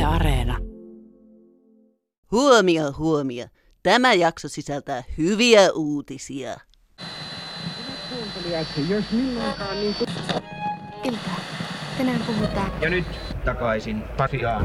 Areena. Huomio, huomio. Tämä jakso sisältää hyviä uutisia. Ilta. Tänään puhutaan. Ja nyt takaisin Pasiaan.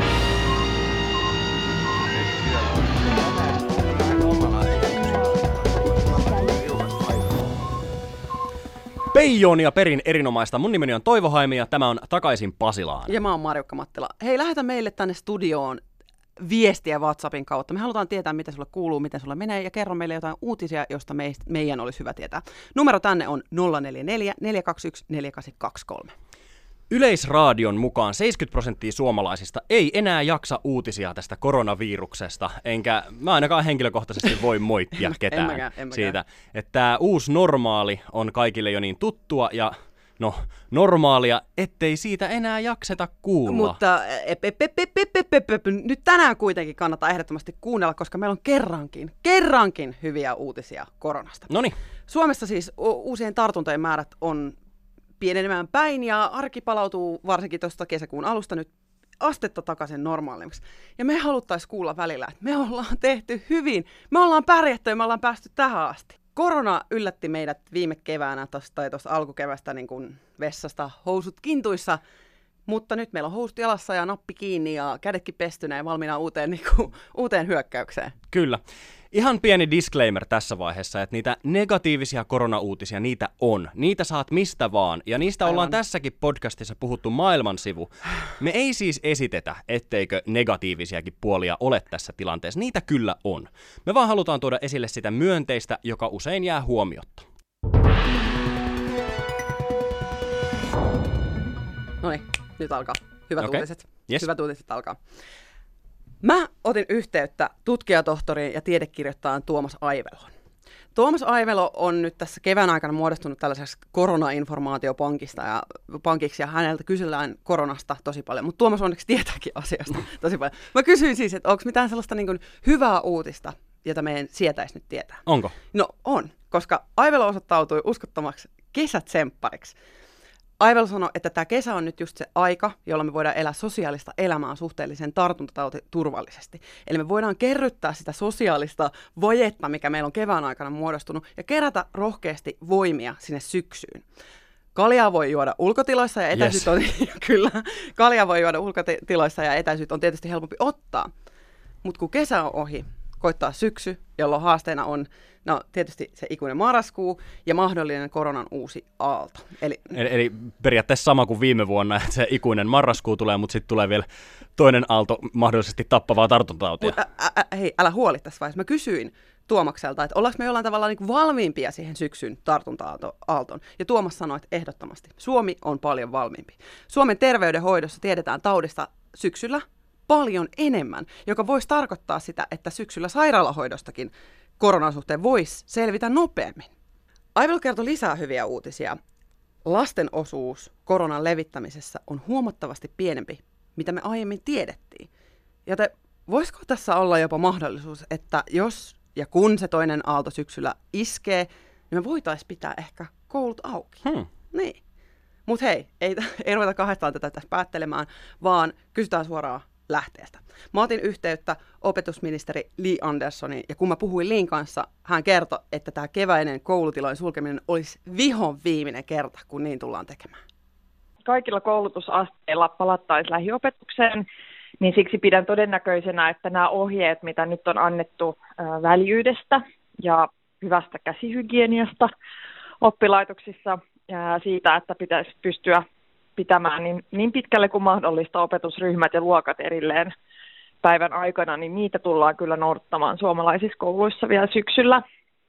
Peijoonia perin erinomaista. Mun nimeni on Toivo Haimi ja tämä on Takaisin Pasilaan. Ja mä oon Marjukka Mattila. Hei, lähetä meille tänne studioon viestiä WhatsAppin kautta. Me halutaan tietää, mitä sulle kuuluu, miten sulle menee, ja kerro meille jotain uutisia, josta meidän olisi hyvä tietää. Numero tänne on 044 421 4823. Yleisradion mukaan 70% suomalaisista ei enää jaksa uutisia tästä koronaviruksesta, enkä mä ainakaan henkilökohtaisesti voi moittia ketään siitä, että tämä uusi normaali on kaikille jo niin tuttua ja normaalia, ettei siitä enää jakseta kuulla. Mutta nyt tänään kuitenkin kannattaa ehdottomasti kuunnella, koska meillä on kerrankin hyviä uutisia koronasta. Noniin. Suomessa siis uusien tartuntojen määrät on pienenemään päin ja arki palautuu varsinkin tuosta kesäkuun alusta nyt astetta takaisin normaalimmaksi. Ja me haluttaisiin kuulla välillä, että me ollaan tehty hyvin, me ollaan pärjätty ja me ollaan päästy tähän asti. Korona yllätti meidät viime keväänä tuosta alkukevästä niin kuin vessasta housut kintuissa, mutta nyt meillä on housut jalassa ja nappi kiinni ja kädetkin pestynä ja valmiina uuteen hyökkäykseen. Kyllä. Ihan pieni disclaimer tässä vaiheessa, että niitä negatiivisia koronauutisia, niitä on. Niitä saat mistä vaan, ja niistä ollaan tässäkin podcastissa puhuttu maailmansivu. Me ei siis esitetä, etteikö negatiivisiakin puolia ole tässä tilanteessa. Niitä kyllä on. Me vaan halutaan tuoda esille sitä myönteistä, joka usein jää huomiotta. Noniin, nyt alkaa. Hyvät uutiset. Yes. Hyvät uutiset alkaa. Mä otin yhteyttä tutkijatohtoriin ja tiedekirjoittajan Tuomas Aiveloon. Tuomas Aivelo on nyt tässä kevään aikana muodostunut tällaiseksi koronainformaatiopankiksi ja häneltä kysellään koronasta tosi paljon, mutta Tuomas onneksi tietääkin asiasta tosi paljon. Mä kysyin siis, että onko mitään sellaista niin kuin hyvää uutista, jota meidän sietäisi nyt tietää. Onko? No on, koska Aivelo osoittautui uskottomaksi kesätsemppariksi. Aivelo sanoi, että tämä kesä on nyt just se aika, jolloin me voidaan elää sosiaalista elämää suhteellisen tartuntatauti-turvallisesti. Eli me voidaan kerryttää sitä sosiaalista vajetta, mikä meillä on kevään aikana muodostunut, ja kerätä rohkeasti voimia sinne syksyyn. Kaljaa voi juoda ulkotiloissa ja etäisyyt on, kyllä, kaljaa voi juoda ulkotiloissa ja etäisyyt on tietysti helpompi ottaa. Mutta kun kesä on ohi, koittaa syksy, jolloin haasteena on tietysti se ikuinen marraskuu ja mahdollinen koronan uusi aalto. Eli periaatteessa sama kuin viime vuonna, että se ikuinen marraskuu tulee, mutta sitten tulee vielä toinen aalto mahdollisesti tappavaa tartuntatautia. Hei, älä huoli tässä vaiheessa. Mä kysyin Tuomakselta, että ollaanko me jollain tavalla niin valmiimpia siihen syksyn tartunta-aaltoon. Ja Tuomas sanoi, että ehdottomasti. Suomi on paljon valmiimpi. Suomen terveydenhoidossa tiedetään taudista syksyllä paljon enemmän, joka voisi tarkoittaa sitä, että syksyllä sairaalahoidostakin koronan suhteen voisi selvitä nopeammin. Aivelo kertoi lisää hyviä uutisia. Lasten osuus koronan levittämisessä on huomattavasti pienempi, mitä me aiemmin tiedettiin. Joten voisiko tässä olla jopa mahdollisuus, että jos ja kun se toinen aalto syksyllä iskee, niin me voitaisiin pitää ehkä koulut auki. Niin. Mutta hei, ei ruveta kahdestaan tätä tässä päättelemään, vaan kysytään suoraan lähteestä. Mä otin yhteyttä opetusministeri Li Anderssoniin, ja kun mä puhuin Liin kanssa, hän kertoi, että tämä keväinen koulutilojen sulkeminen olisi vihon viimeinen kerta, kun niin tullaan tekemään. Kaikilla koulutusasteilla palattaisiin lähiopetukseen, niin siksi pidän todennäköisenä, että nämä ohjeet, mitä nyt on annettu väljyydestä ja hyvästä käsihygieniasta oppilaitoksissa, siitä, että pitäisi pystyä pitämään niin pitkälle kuin mahdollista opetusryhmät ja luokat erilleen päivän aikana, niin niitä tullaan kyllä noudattamaan suomalaisissa kouluissa vielä syksyllä.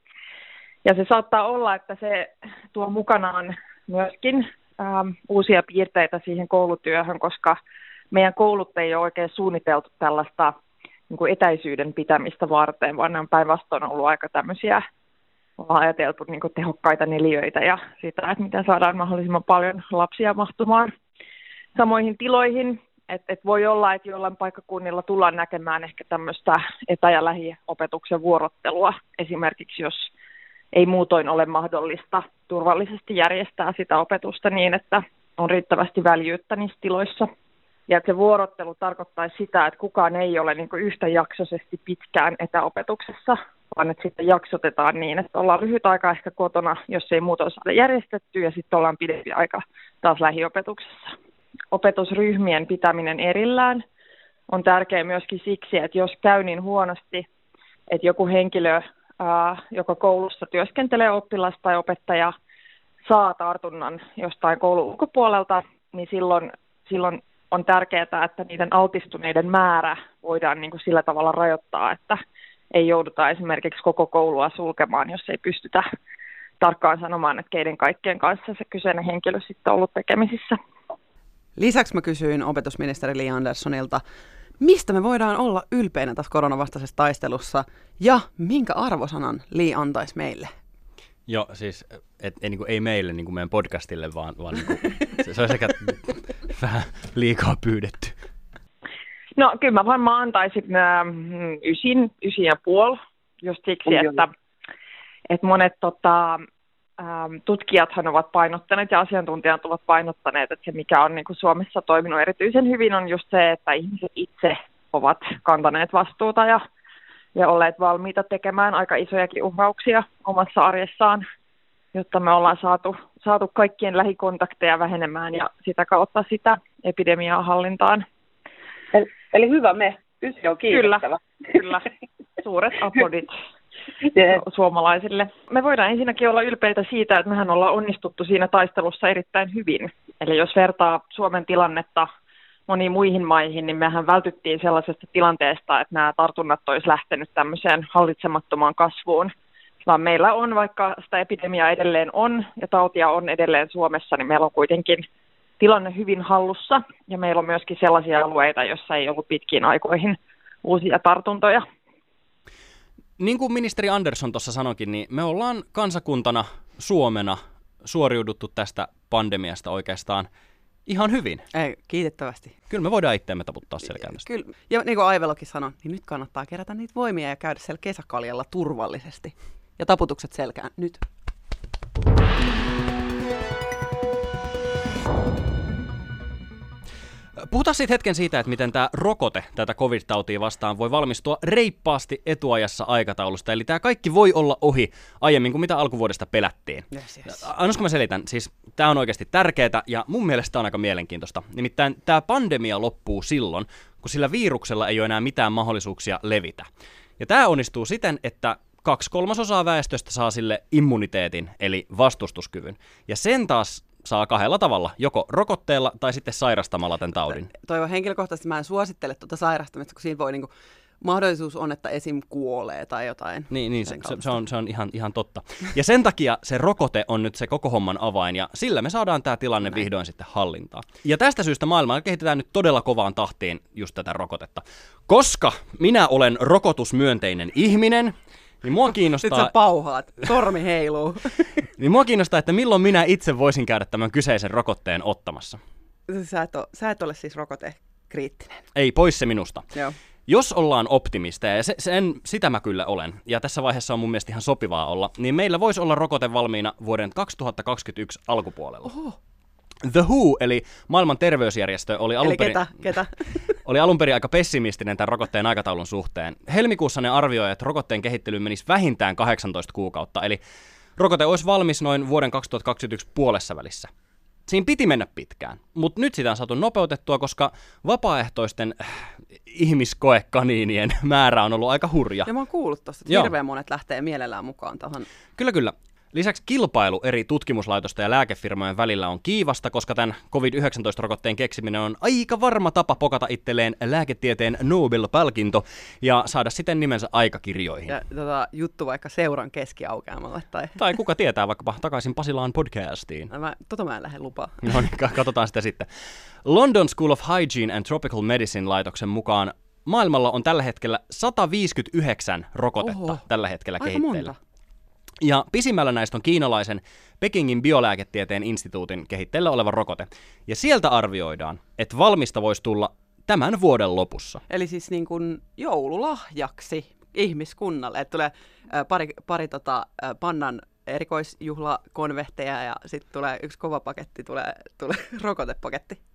Ja se saattaa olla, että se tuo mukanaan myöskin uusia piirteitä siihen koulutyöhön, koska meidän koulut ei ole oikein suunniteltu tällaista niin kuin etäisyyden pitämistä varten, vaan ne on päinvastoin ollut aika tämmöisiä, ollaan ajateltu niin kuin tehokkaita neliöitä ja sitä, että miten saadaan mahdollisimman paljon lapsia mahtumaan samoihin tiloihin. Et voi olla, että jollain paikkakunnilla tullaan näkemään ehkä tämmöistä etä- ja lähiopetuksen vuorottelua, esimerkiksi jos ei muutoin ole mahdollista turvallisesti järjestää sitä opetusta niin, että on riittävästi väljyyttä niissä tiloissa. Ja että se vuorottelu tarkoittaisi sitä, että kukaan ei ole niin kuin yhtäjaksoisesti pitkään etäopetuksessa, vaan että sitten jaksotetaan niin, että ollaan lyhyt aika ehkä kotona, jos ei muuta saada järjestettyä, ja sitten ollaan pidempi aika taas lähiopetuksessa. Opetusryhmien pitäminen erillään on tärkeää myöskin siksi, että jos käy niin huonosti, että joku henkilö, joka koulussa työskentelee, oppilas tai opettaja, saa tartunnan jostain koulun ulkopuolelta, niin silloin on tärkeää, että niiden altistuneiden määrä voidaan niin kuin sillä tavalla rajoittaa, että ei jouduta esimerkiksi koko koulua sulkemaan, jos ei pystytä tarkkaan sanomaan, että keiden kaikkien kanssa se kyseinen henkilö sitten on ollut tekemisissä. Lisäksi mä kysyin opetusministeri Li Anderssonilta, mistä me voidaan olla ylpeinä tässä koronavastaisessa taistelussa ja minkä arvosanan Li antaisi meille? Joo, siis ei meille, niin kuin meidän podcastille, vaan niin kuin, se on sekä vähän liikaa pyydetty. No kyllä mä varmaan antaisin 9,5, just siksi, että monet tutkijathan ovat painottaneet ja asiantuntijat ovat painottaneet, että se mikä on niin kuin Suomessa toiminut erityisen hyvin on just se, että ihmiset itse ovat kantaneet vastuuta ja olleet valmiita tekemään aika isojakin uhrauksia omassa arjessaan, jotta me ollaan saatu kaikkien lähikontakteja vähenemään ja sitä kautta sitä epidemiaa hallintaan. Eli hyvä me. 9 on kiinnostavaa. Kyllä. Suuret aplodit suomalaisille. Me voidaan ensinnäkin olla ylpeitä siitä, että mehän ollaan onnistuttu siinä taistelussa erittäin hyvin. Eli jos vertaa Suomen tilannetta moniin muihin maihin, niin mehän vältyttiin sellaisesta tilanteesta, että nämä tartunnat olisi lähtenyt tämmöiseen hallitsemattomaan kasvuun. Vaan meillä on, vaikka sitä epidemiaa edelleen on ja tautia on edelleen Suomessa, niin meillä on kuitenkin tilanne hyvin hallussa. Ja meillä on myöskin sellaisia alueita, joissa ei ollut pitkiin aikoihin uusia tartuntoja. Niin kuin ministeri Andersson tuossa sanoikin, niin me ollaan kansakuntana Suomena suoriuduttu tästä pandemiasta oikeastaan ihan hyvin. Ei, kiitettävästi. Kyllä me voidaan itseämme taputtaa selkään tästä. Kyllä. Ja niin kuin Aivelokin sanoi, niin nyt kannattaa kerätä niitä voimia ja käydä siellä kesäkaljalla turvallisesti. Ja taputukset selkään nyt. Puhutaan sitten hetken siitä, että miten tämä rokote tätä covid-tautia vastaan voi valmistua reippaasti etuajassa aikataulusta. Eli tämä kaikki voi olla ohi aiemmin kuin mitä alkuvuodesta pelättiin. Yes. Annosko mä selitän? Siis tämä on oikeasti tärkeää ja mun mielestä on aika mielenkiintoista. Nimittäin tämä pandemia loppuu silloin, kun sillä viruksella ei ole enää mitään mahdollisuuksia levitä. Ja tämä onnistuu siten, että 2/3 väestöstä saa sille immuniteetin, eli vastustuskyvyn. Ja sen taas saa 2 tavalla, joko rokotteella tai sitten sairastamalla tämän taudin. Toivon henkilökohtaisesti, mä en suosittele tuota sairastamista, kun siinä voi niinku, mahdollisuus on, että esim. Kuolee tai jotain. Niin se on ihan totta. Ja sen takia se rokote on nyt se koko homman avain, ja sillä me saadaan tämä tilanne vihdoin sitten hallintaan. Ja tästä syystä maailmalla kehitetään nyt todella kovaan tahtiin just tätä rokotetta. Koska minä olen rokotusmyönteinen ihminen, niin mua kiinnostaa... Sitten sä pauhaat, sormi heiluu. Niin mua kiinnostaa, että milloin minä itse voisin käydä tämän kyseisen rokotteen ottamassa. Sä et ole siis rokotekriittinen. Ei, pois se minusta. Joo. Jos ollaan optimisteja, ja sitä mä kyllä olen, ja tässä vaiheessa on mun mielestä ihan sopivaa olla, niin meillä voisi olla rokote valmiina vuoden 2021 alkupuolella. Oho. The WHO, eli maailman terveysjärjestö, oli ketä? oli alun perin aika pessimistinen tämän rokotteen aikataulun suhteen. Helmikuussa ne arvioi, että rokotteen kehittelyyn menisi vähintään 18 kuukautta, eli rokote olisi valmis noin vuoden 2021 puolessa välissä. Siinä piti mennä pitkään, mutta nyt sitä on saatu nopeutettua, koska vapaaehtoisten ihmiskoekaniinien määrä on ollut aika hurja. Ja mä oon kuullut tosta, että hirveän monet lähtee mielellään mukaan tähän. Kyllä. Lisäksi kilpailu eri tutkimuslaitosten ja lääkefirmojen välillä on kiivasta, koska tämän COVID-19-rokotteen keksiminen on aika varma tapa pokata itselleen lääketieteen Nobel-palkinto ja saada siten nimensä aikakirjoihin. Ja juttu vaikka seuran keskiaukeamalle. Tai kuka tietää vaikkapa takaisin Pasilaan podcastiin. Mä en lähde lupaa. No niin, katsotaan sitä sitten. London School of Hygiene and Tropical Medicine-laitoksen mukaan maailmalla on tällä hetkellä 159 rokotetta tällä hetkellä kehitteillä. Monta. Ja pisimmällä näistä on kiinalaisen Pekingin biolääketieteen instituutin kehitteillä oleva rokote. Ja sieltä arvioidaan, että valmista voisi tulla tämän vuoden lopussa. Eli siis niin kuin joululahjaksi ihmiskunnalle, että tulee pari pannan erikoisjuhlakonvehteja ja sitten tulee yksi kova paketti, tulee rokotepaketti.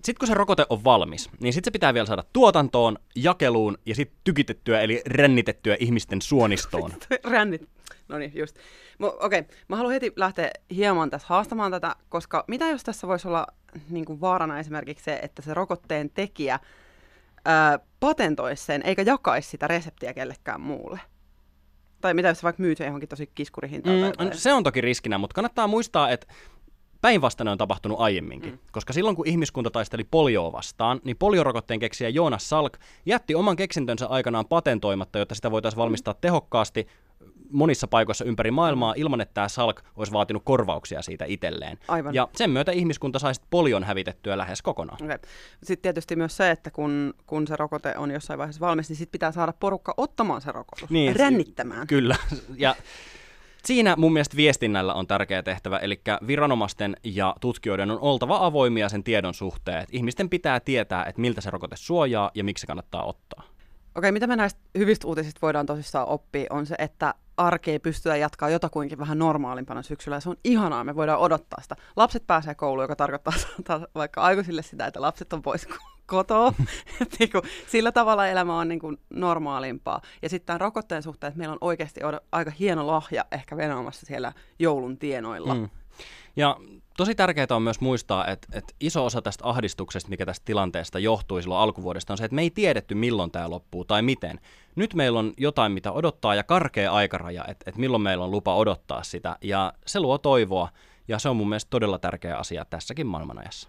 sitten kun se rokote on valmis, niin sitten se pitää vielä saada tuotantoon, jakeluun ja sitten tykitettyä eli rännitettyä ihmisten suonistoon. No niin, just. Okei, mä haluan heti lähteä hieman tässä haastamaan tätä, koska mitä jos tässä voisi olla niin kuin vaarana esimerkiksi se, että se rokotteen tekijä patentoisi sen, eikä jakaisi sitä reseptiä kellekään muulle? Tai mitä jos se vaikka myy se johonkin tosi kiskurihintaan? Se on toki riskinä, mutta kannattaa muistaa, että päinvastainen on tapahtunut aiemminkin, koska silloin kun ihmiskunta taisteli polioa vastaan, niin poliorokotteen keksijä Jonas Salk jätti oman keksintönsä aikanaan patentoimatta, jotta sitä voitaisiin valmistaa tehokkaasti monissa paikoissa ympäri maailmaa ilman, että tämä Salk olisi vaatinut korvauksia siitä itselleen. Aivan. Ja sen myötä ihmiskunta sai polion hävitettyä lähes kokonaan. Okay. Sitten tietysti myös se, että kun se rokote on jossain vaiheessa valmis, niin sitten pitää saada porukka ottamaan se rokotus, rännittämään. Kyllä, ja siinä mun mielestä viestinnällä on tärkeä tehtävä, eli viranomaisten ja tutkijoiden on oltava avoimia sen tiedon suhteen. Ihmisten pitää tietää, että miltä se rokote suojaa ja miksi se kannattaa ottaa. Okei, mitä me näistä hyvistä uutisista voidaan tosissaan oppia, on se, että arkea pystytään jatkaa jotakuinkin vähän normaalimpana syksyllä, ja se on ihanaa, me voidaan odottaa sitä. Lapset pääsee kouluun, joka tarkoittaa vaikka aikuisille sitä, että lapset on pois kotoa. Sillä tavalla elämä on niin kuin normaalimpaa. Ja sitten tämän rokotteen suhteen, että meillä on oikeasti aika hieno lahja ehkä venomassa siellä joulun tienoilla. Ja tosi tärkeää on myös muistaa, että iso osa tästä ahdistuksesta, mikä tästä tilanteesta johtui silloin alkuvuodesta, on se, että me ei tiedetty, milloin tämä loppuu tai miten. Nyt meillä on jotain, mitä odottaa ja karkea aikaraja, että milloin meillä on lupa odottaa sitä. Ja se luo toivoa, ja se on mun mielestä todella tärkeä asia tässäkin maailmanajassa.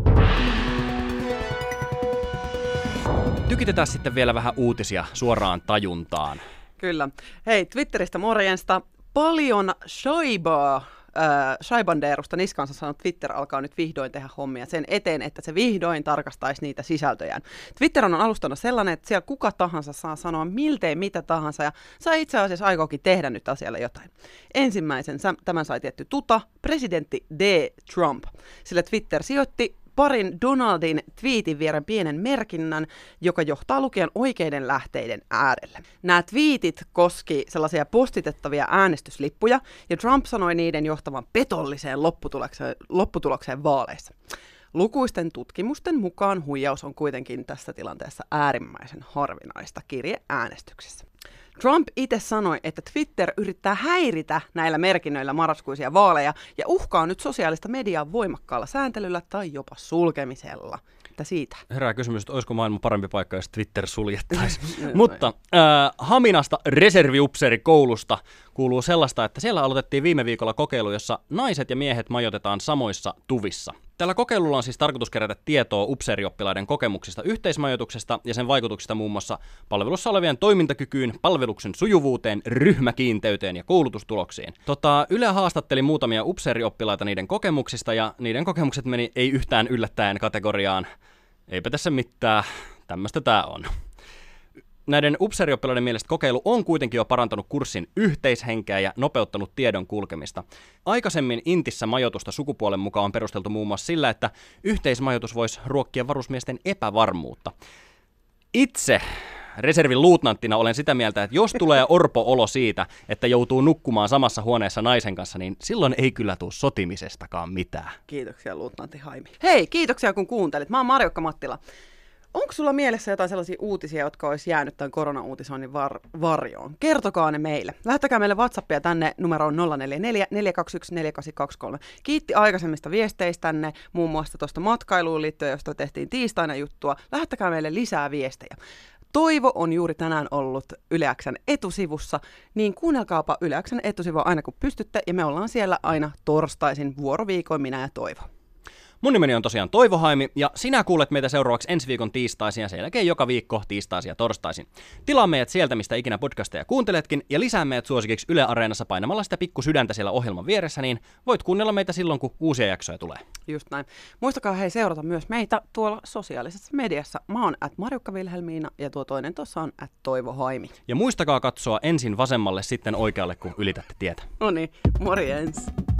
Tykitetään sitten vielä vähän uutisia suoraan tajuntaan. Kyllä. Hei, Twitteristä morjensta. Paljon shaibaa. Shaibanderusta niskansa sanonut Twitter alkaa nyt vihdoin tehdä hommia sen eteen, että se vihdoin tarkastaisi niitä sisältöjään. Twitter on alustana sellainen, että siellä kuka tahansa saa sanoa miltei mitä tahansa, ja saa itse asiassa aikookin tehdä nyt asialle jotain. Ensimmäisen tämän sai tietty presidentti D. Trump, sillä Twitter sijoitti parin Donaldin twiitin viereen pienen merkinnän, joka johtaa lukijan oikeiden lähteiden äärelle. Nämä twiitit koski sellaisia postitettavia äänestyslippuja, ja Trump sanoi niiden johtavan petolliseen lopputulokseen vaaleissa. Lukuisten tutkimusten mukaan huijaus on kuitenkin tässä tilanteessa äärimmäisen harvinaista kirjeäänestyksessä. Trump itse sanoi, että Twitter yrittää häiritä näillä merkinnöillä marraskuisia vaaleja ja uhkaa nyt sosiaalista mediaa voimakkaalla sääntelyllä tai jopa sulkemisella. Mitä siitä? Herää kysymys, että olisiko maailman parempi paikka, jos Twitter suljettaisiin. Mutta Haminasta reserviupseerikoulusta kuuluu sellaista, että siellä aloitettiin viime viikolla kokeilu, jossa naiset ja miehet majoitetaan samoissa tuvissa. Tällä kokeilulla on siis tarkoitus kerätä tietoa upseerioppilaiden kokemuksista yhteismajoituksesta ja sen vaikutuksista muun muassa palvelussa olevien toimintakykyyn, palveluksen sujuvuuteen, ryhmäkiinteyteen ja koulutustuloksiin. Yle haastatteli muutamia upseerioppilaita niiden kokemuksista ja niiden kokemukset meni ei yhtään yllättäen kategoriaan. Eipä tässä mitään, tämmöistä tää on. Näiden upseerioppilaiden mielestä kokeilu on kuitenkin jo parantanut kurssin yhteishenkeä ja nopeuttanut tiedon kulkemista. Aikaisemmin Intissä majoitusta sukupuolen mukaan on perusteltu muun muassa sillä, että yhteismajoitus voisi ruokkia varusmiesten epävarmuutta. Itse reservin luutnanttina olen sitä mieltä, että jos tulee orpo-olo siitä, että joutuu nukkumaan samassa huoneessa naisen kanssa, niin silloin ei kyllä tule sotimisestakaan mitään. Kiitoksia, luutnantti Haimi. Hei, kiitoksia kun kuuntelit. Mä oon Marjukka Mattila. Onko sulla mielessä jotain sellaisia uutisia, jotka olisi jäänyt tämän korona-uutisoinnin varjoon? Kertokaa ne meille. Lähettäkää meille WhatsAppia tänne numeroon 044 421 4823. Kiitti aikaisemmista viesteistänne, muun muassa tuosta matkailuun liittyen, josta tehtiin tiistaina juttua. Lähettäkää meille lisää viestejä. Toivo on juuri tänään ollut Yle X:n etusivussa, niin kuunnelkaapa Yle X:n etusivua aina kun pystytte, ja me ollaan siellä aina torstaisin vuoroviikoin minä ja Toivo. Mun nimeni on tosiaan Toivo Haimi, ja sinä kuulet meitä seuraavaksi ensi viikon tiistaisin ja sen jälkeen joka viikko tiistaisin ja torstaisin. Tilaa meidät sieltä, mistä ikinä podcasteja kuunteletkin, ja lisää meidät suosikiksi Yle Areenassa painamalla sitä pikku sydäntä siellä ohjelman vieressä, niin voit kuunnella meitä silloin, kun uusia jaksoja tulee. Just näin. Muistakaa hei seurata myös meitä tuolla sosiaalisessa mediassa. Mä oon @Marjukka Vilhelmiina ja tuo toinen tuossa on @Toivo Haimi. Ja muistakaa katsoa ensin vasemmalle, sitten oikealle, kun ylitätte tietä. No niin, morjens!